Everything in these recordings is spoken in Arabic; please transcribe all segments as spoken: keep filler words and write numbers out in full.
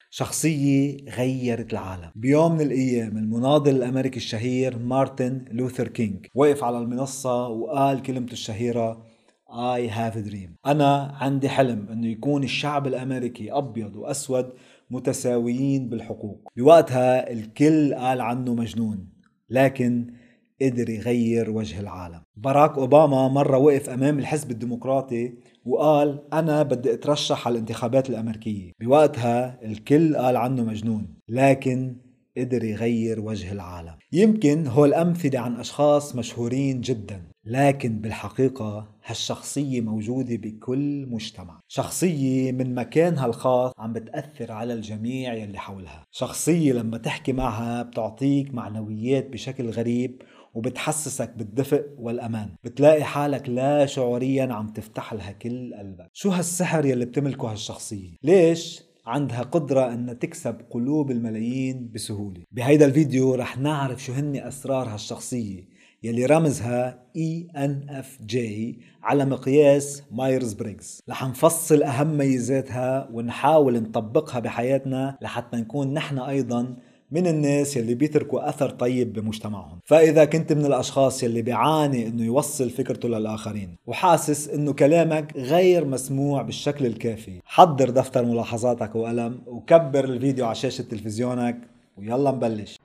شخصية غيرت العالم. بيوم من الأيام المناضل الأمريكي الشهير مارتن لوثر كينج وقف على المنصة وقال كلمته الشهيرة I have a dream. أنا عندي حلم أنه يكون الشعب الأمريكي أبيض وأسود متساويين بالحقوق. بوقتها الكل قال عنه مجنون، لكن قدر يغير وجه العالم. باراك أوباما مرة وقف أمام الحزب الديمقراطي وقال أنا بدي أترشح على الانتخابات الأمريكية. بوقتها الكل قال عنه مجنون، لكن قدر يغير وجه العالم. يمكن هو الأمثلة عن أشخاص مشهورين جدا، لكن بالحقيقة هالشخصية موجودة بكل مجتمع. شخصية من مكانها الخاص عم بتأثر على الجميع يلي حولها. شخصية لما تحكي معها بتعطيك معنويات بشكل غريب وبتحسسك بالدفء والأمان. بتلاقي حالك لا شعوريا عم تفتح لها كل قلبك. شو هالسحر يلي بتملكه هالشخصية؟ ليش عندها قدرة أن تكسب قلوب الملايين بسهولة؟ بهيدا الفيديو رح نعرف شو هن أسرار هالشخصية يلي رمزها إي إن إف جي على مقياس مايرز بريغز. رح نفصل أهم ميزاتها ونحاول نطبقها بحياتنا لحتى نكون نحن أيضا من الناس يلي بيتركوا أثر طيب بمجتمعهم. فإذا كنت من الأشخاص يلي بيعاني إنه يوصل فكرته للآخرين وحاسس إنه كلامك غير مسموع بالشكل الكافي، حضر دفتر ملاحظاتك وقلم وكبر الفيديو على شاشة تلفزيونك ويلا نبلش.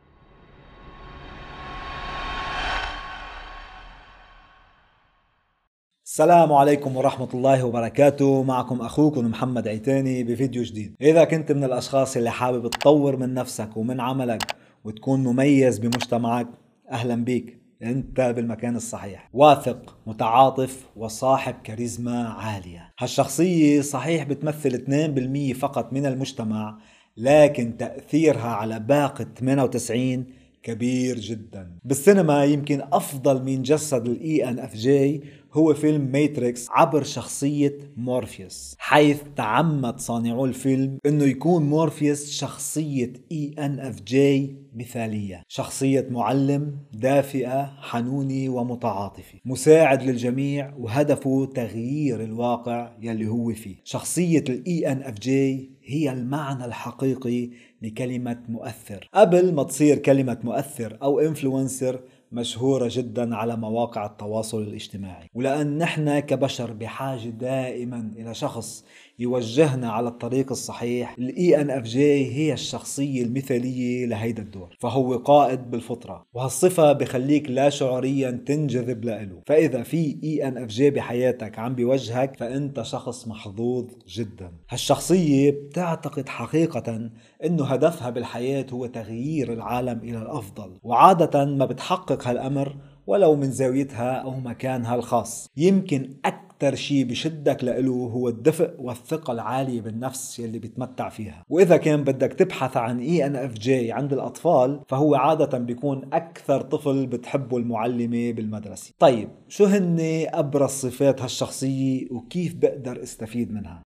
السلام عليكم ورحمة الله وبركاته، معكم أخوكم محمد عيتاني بفيديو جديد. إذا كنت من الأشخاص اللي حابب تطور من نفسك ومن عملك وتكون مميز بمجتمعك، أهلا بيك، أنت بالمكان الصحيح. واثق، متعاطف، وصاحب كاريزما عالية. هالشخصية صحيح بتمثل اثنين بالمية فقط من المجتمع، لكن تأثيرها على باقي ثمانية وتسعين كبير جدا. بالسينما يمكن أفضل من جسد الإي إن إف جي هو فيلم ماتريكس عبر شخصية مورفيوس، حيث تعمد صانعو الفيلم انه يكون مورفيوس شخصية إي إن إف جي مثالية. شخصية معلم دافئة حنونة ومتعاطفة، مساعد للجميع وهدفه تغيير الواقع يلي هو فيه. شخصية الإي إن إف جي هي المعنى الحقيقي لكلمة مؤثر، قبل ما تصير كلمة مؤثر أو إنفلونسر مشهورة جدا على مواقع التواصل الاجتماعي. ولأن نحن كبشر بحاجة دائما إلى شخص يوجهنا على الطريق الصحيح، الإي إن إف جي هي الشخصية المثالية لهيدا الدور. فهو قائد بالفطرة، وهالصفة بخليك لا شعوريا تنجذب له. فإذا في إي إن إف جي بحياتك عم بيوجهك فأنت شخص محظوظ جدا. هالشخصية بتعتقد حقيقة إنه هدفها بالحياة هو تغيير العالم إلى الأفضل، وعادة ما بتحقق هالأمر ولو من زاويتها أو مكانها الخاص. يمكن أكثر شيء بشدك لإله هو الدفء والثقة العالية بالنفس يلي بيتمتع فيها. وإذا كان بدك تبحث عن إي إن إف جي عند الأطفال، فهو عادة بيكون أكثر طفل بتحبه المعلمة بالمدرسة. طيب شو هن أبرز صفات هالشخصية وكيف بقدر استفيد منها؟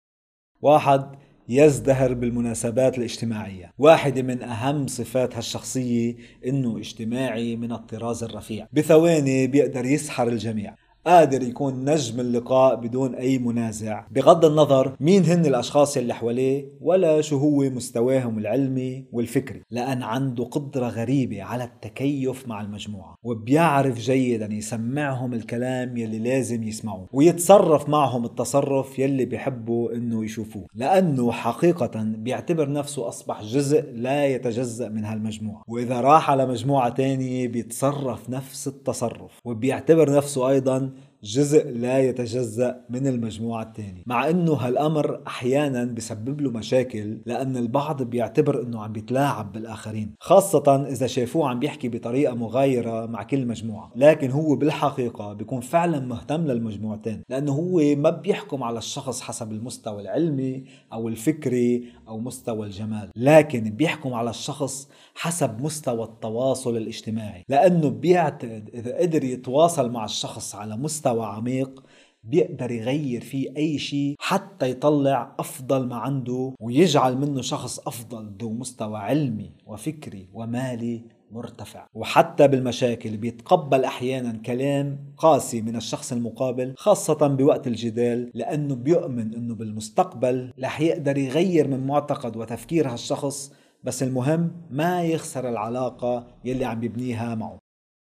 واحد، يزدهر بالمناسبات الاجتماعية. واحدة من أهم صفات هالشخصية إنه اجتماعي من الطراز الرفيع. بثواني بيقدر يسحر الجميع، قادر يكون نجم اللقاء بدون أي منازع، بغض النظر مين هن الأشخاص اللي حواليه ولا شو هو مستواهم العلمي والفكري، لأن عنده قدرة غريبة على التكيف مع المجموعة، وبيعرف جيدا يسمعهم الكلام يلي لازم يسمعوه ويتصرف معهم التصرف يلي بيحبوا إنه يشوفوه، لأنه حقيقة بيعتبر نفسه أصبح جزء لا يتجزأ من هالمجموعة. وإذا راح على مجموعة تانية بيتصرف نفس التصرف، وبيعتبر نفسه أيضا جزء لا يتجزأ من المجموعة الثانية. مع انه هالامر احيانا بسبب له مشاكل، لان البعض بيعتبر انه عم بيتلاعب بالاخرين، خاصة اذا شافوه عم بيحكي بطريقة مغايرة مع كل مجموعة. لكن هو بالحقيقة بيكون فعلا مهتم للمجموعتين، لانه هو ما بيحكم على الشخص حسب المستوى العلمي او الفكري او مستوى الجمال، لكن بيحكم على الشخص حسب مستوى التواصل الاجتماعي، لانه بيعتقد اذا قدر يتواصل مع الشخص على مستوى عميق بيقدر يغير فيه أي شيء حتى يطلع أفضل ما عنده ويجعل منه شخص أفضل ذو مستوى علمي وفكري ومالي مرتفع. وحتى بالمشاكل بيتقبل أحيانا كلام قاسي من الشخص المقابل، خاصة بوقت الجدال، لأنه بيؤمن أنه بالمستقبل رح يقدر يغير من معتقد وتفكير هالشخص، بس المهم ما يخسر العلاقة يلي عم يبنيها معه.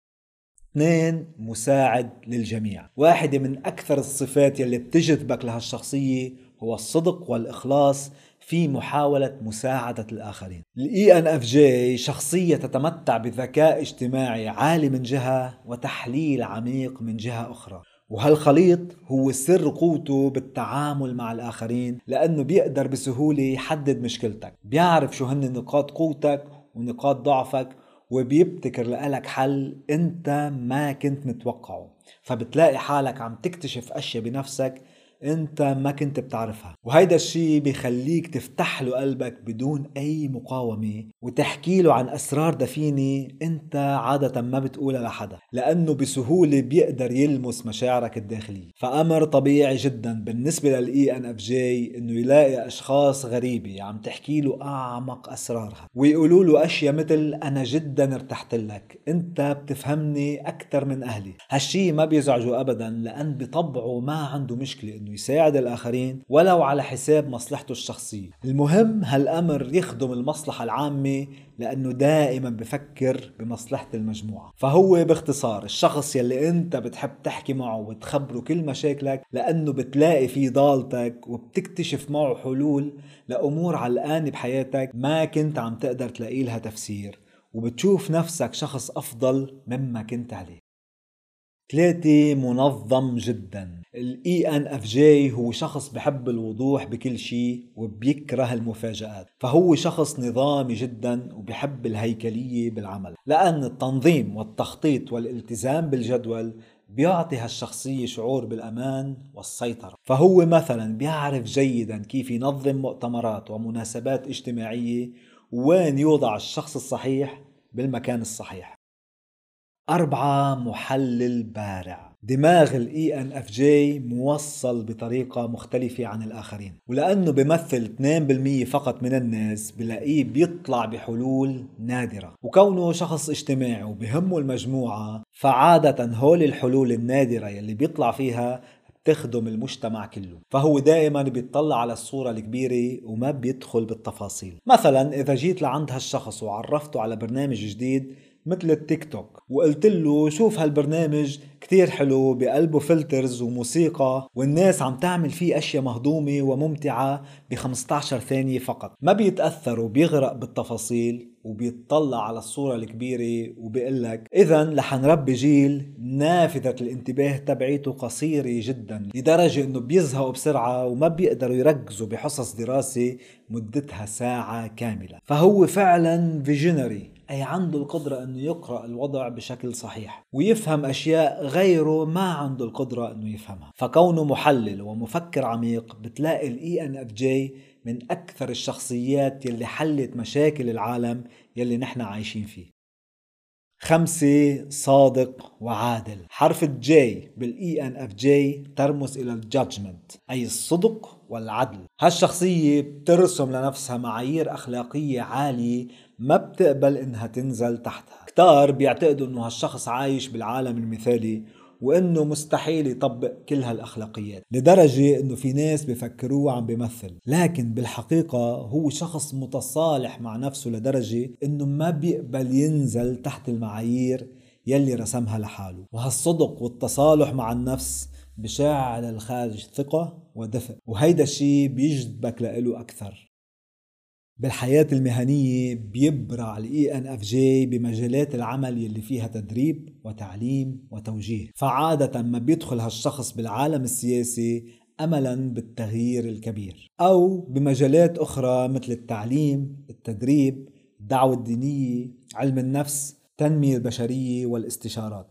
اثنين، مساعد للجميع. واحدة من أكثر الصفات يلي بتجذبك لهالشخصية هو الصدق والإخلاص في محاولة مساعدة الآخرين. ال إي إن إف جي شخصية تتمتع بذكاء اجتماعي عالي من جهة وتحليل عميق من جهة أخرى، وهالخليط هو سر قوته بالتعامل مع الآخرين، لأنه بيقدر بسهولة يحدد مشكلتك، بيعرف شو هن نقاط قوتك ونقاط ضعفك، وبيبتكر لك حل انت ما كنت متوقعه، فبتلاقي حالك عم تكتشف اشياء بنفسك انت ما كنت بتعرفها. وهيدا الشي بيخليك تفتح له قلبك بدون اي مقاومة، وتحكي له عن اسرار دفينة انت عادة ما بتقولها لحدا، لانه بسهولة بيقدر يلمس مشاعرك الداخلية. فامر طبيعي جدا بالنسبة للإي إن إف جي انه يلاقي اشخاص غريبة عم تحكي له اعمق اسرارها، ويقولوا له اشياء مثل انا جدا ارتحت لك، انت بتفهمني اكثر من اهلي. هالشي ما بيزعجه ابدا، لان بطبعه ما عنده مشكلة انه يساعد الآخرين ولو على حساب مصلحته الشخصية. المهم هالأمر يخدم المصلحة العامة، لأنه دائما بفكر بمصلحة المجموعة. فهو باختصار الشخص يلي أنت بتحب تحكي معه وتخبره كل مشاكلك، لأنه بتلاقي فيه ضالتك وبتكتشف معه حلول لأمور علقانة بحياتك ما كنت عم تقدر تلاقي لها تفسير، وبتشوف نفسك شخص أفضل مما كنت عليه. ثلاثة، منظم جدا. ال إي إن إف جي هو شخص بحب الوضوح بكل شيء وبيكره المفاجآت، فهو شخص نظامي جدا وبحب الهيكلية بالعمل، لأن التنظيم والتخطيط والالتزام بالجدول بيعطي هالشخصية شعور بالأمان والسيطرة. فهو مثلا بيعرف جيدا كيف ينظم مؤتمرات ومناسبات اجتماعية، وين يوضع الشخص الصحيح بالمكان الصحيح. أربعة، محلل بارع. دماغ ال إي إن إف جي موصل بطريقة مختلفة عن الآخرين، ولأنه بيمثل اثنين بالمية فقط من الناس بلاقيه بيطلع بحلول نادرة، وكونه شخص اجتماعي وبهمه المجموعة، فعادة هول الحلول النادرة يلي بيطلع فيها بتخدم المجتمع كله. فهو دائما بيطلع على الصورة الكبيرة وما بيدخل بالتفاصيل. مثلا إذا جيت لعند هالشخص وعرفته على برنامج جديد مثل التيك توك وقلت له شوف هالبرنامج كتير حلو، بقلبه فلترز وموسيقى والناس عم تعمل فيه اشياء مهضومة وممتعة ب خمسة عشر ثانية فقط، ما بيتأثر وبيغرق بالتفاصيل وبيطلع على الصورة الكبيرة وبيقلك إذن رح نربي جيل نافذة الانتباه تبعيته قصيرة جدا، لدرجة انه بيزهقوا بسرعة وما بيقدروا يركزوا بحصص دراسة مدتها ساعة كاملة. فهو فعلا فيجنري، أي عنده القدرة أنه يقرأ الوضع بشكل صحيح ويفهم أشياء غيره ما عنده القدرة أنه يفهمها. فكونه محلل ومفكر عميق، بتلاقي ال إي إن إف جي من أكثر الشخصيات يلي حلت مشاكل العالم يلي نحن عايشين فيه. خمسة، صادق وعادل. حرف الجي بالإي إن إف جي ترمز إلى الجادجمنت، أي الصدق والعدل. هالشخصية بترسم لنفسها معايير أخلاقية عالية ما بتقبل إنها تنزل تحتها. كتار بيعتقدوا إنه هالشخص عايش بالعالم المثالي وإنه مستحيل يطبق كل هالأخلاقيات، لدرجة إنه في ناس بيفكروه عم بيمثل، لكن بالحقيقة هو شخص متصالح مع نفسه لدرجة إنه ما بيقبل ينزل تحت المعايير يلي رسمها لحاله. وهالصدق والتصالح مع النفس بشاع على الخارج ثقة ودفء، وهيدا الشي بيجذبك لإله أكثر. بالحياة المهنية بيبرع ال إي إن إف جي بمجالات العمل يلي فيها تدريب وتعليم وتوجيه، فعادة ما بيدخل هالشخص بالعالم السياسي أملا بالتغيير الكبير، أو بمجالات أخرى مثل التعليم، التدريب، الدعوة الدينية، علم النفس، التنمية البشرية والاستشارات.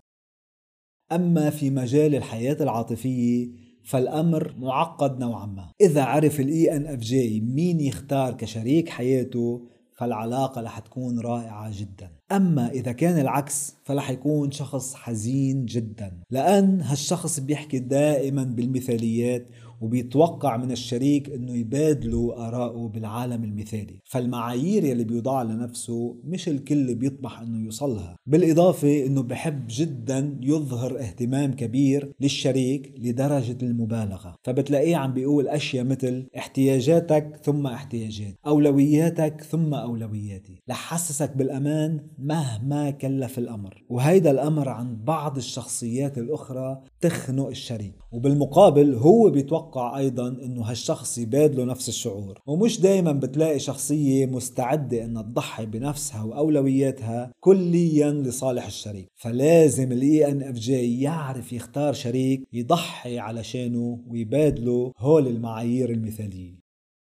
أما في مجال الحياة العاطفية فالأمر معقد نوعا ما. إذا عرف ال إي إن إف جي مين يختار كشريك حياته فالعلاقة رح تكون رائعة جدا. أما إذا كان العكس فرح يكون شخص حزين جدا، لأن هالشخص بيحكي دائما بالمثاليات وبيتوقع من الشريك انه يبادلوا آراءه بالعالم المثالي. فالمعايير يلي بيوضعها لنفسه مش الكل بيطمح انه يوصلها. بالإضافة انه بحب جدا يظهر اهتمام كبير للشريك لدرجة المبالغة، فبتلاقيه عم بيقول اشياء مثل احتياجاتك ثم احتياجاتي، اولوياتك ثم اولوياتي، لحسسك بالامان مهما كلف الامر. وهيدا الامر عند بعض الشخصيات الاخرى تخنق الشريك، وبالمقابل هو بيتوقع ايضا انه هالشخص يبادله نفس الشعور. ومش دايما بتلاقي شخصية مستعدة انها تضحي بنفسها واولوياتها كليا لصالح الشريك. فلازم الاي ان اف جي يعرف يختار شريك يضحي علشانه ويبادله هول المعايير المثالية.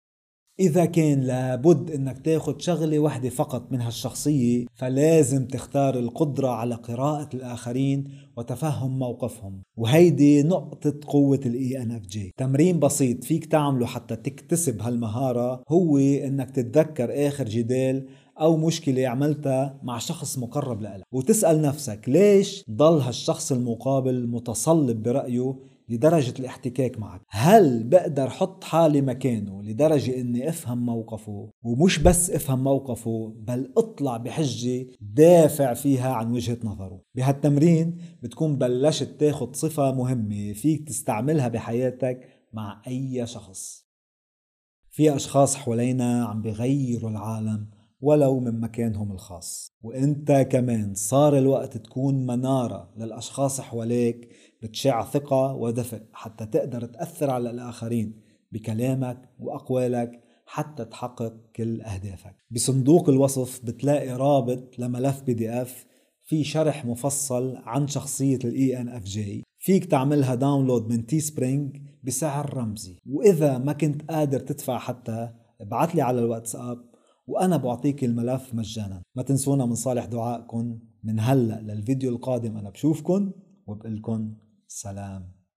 إذا كان لابد إنك تاخد شغلة واحدة فقط من هالشخصية، فلازم تختار القدرة على قراءة الآخرين وتفهم موقفهم. وهيدي نقطة قوة ال إي إن إف جي. تمرين بسيط فيك تعمله حتى تكتسب هالمهارة هو إنك تتذكر آخر جدال أو مشكلة عملتها مع شخص مقرب لك، وتسأل نفسك ليش ضل هالشخص المقابل متصلب برأيه لدرجة الاحتكاك معك. هل بقدر حط حالي مكانه لدرجة اني افهم موقفه؟ ومش بس افهم موقفه، بل اطلع بحجة دافع فيها عن وجهة نظره. بهالتمرين بتكون بلشت تاخد صفة مهمة فيك تستعملها بحياتك مع اي شخص. في اشخاص حوالينا عم بيغيروا العالم ولو من مكانهم الخاص، وانت كمان صار الوقت تكون منارة للأشخاص حواليك بتشع ثقة ودفء حتى تقدر تأثر على الآخرين بكلامك وأقوالك حتى تحقق كل أهدافك. بصندوق الوصف بتلاقي رابط لملف بي دي اف في شرح مفصل عن شخصية ال إي إن إف جي، فيك تعملها داونلود من تي سبرينج بسعر رمزي. وإذا ما كنت قادر تدفع حتى ابعتلي على الواتساب وأنا بعطيك الملف مجانا. ما تنسونا من صالح دعائكم. من هلأ للفيديو القادم أنا بشوفكن وبقلكن سلام.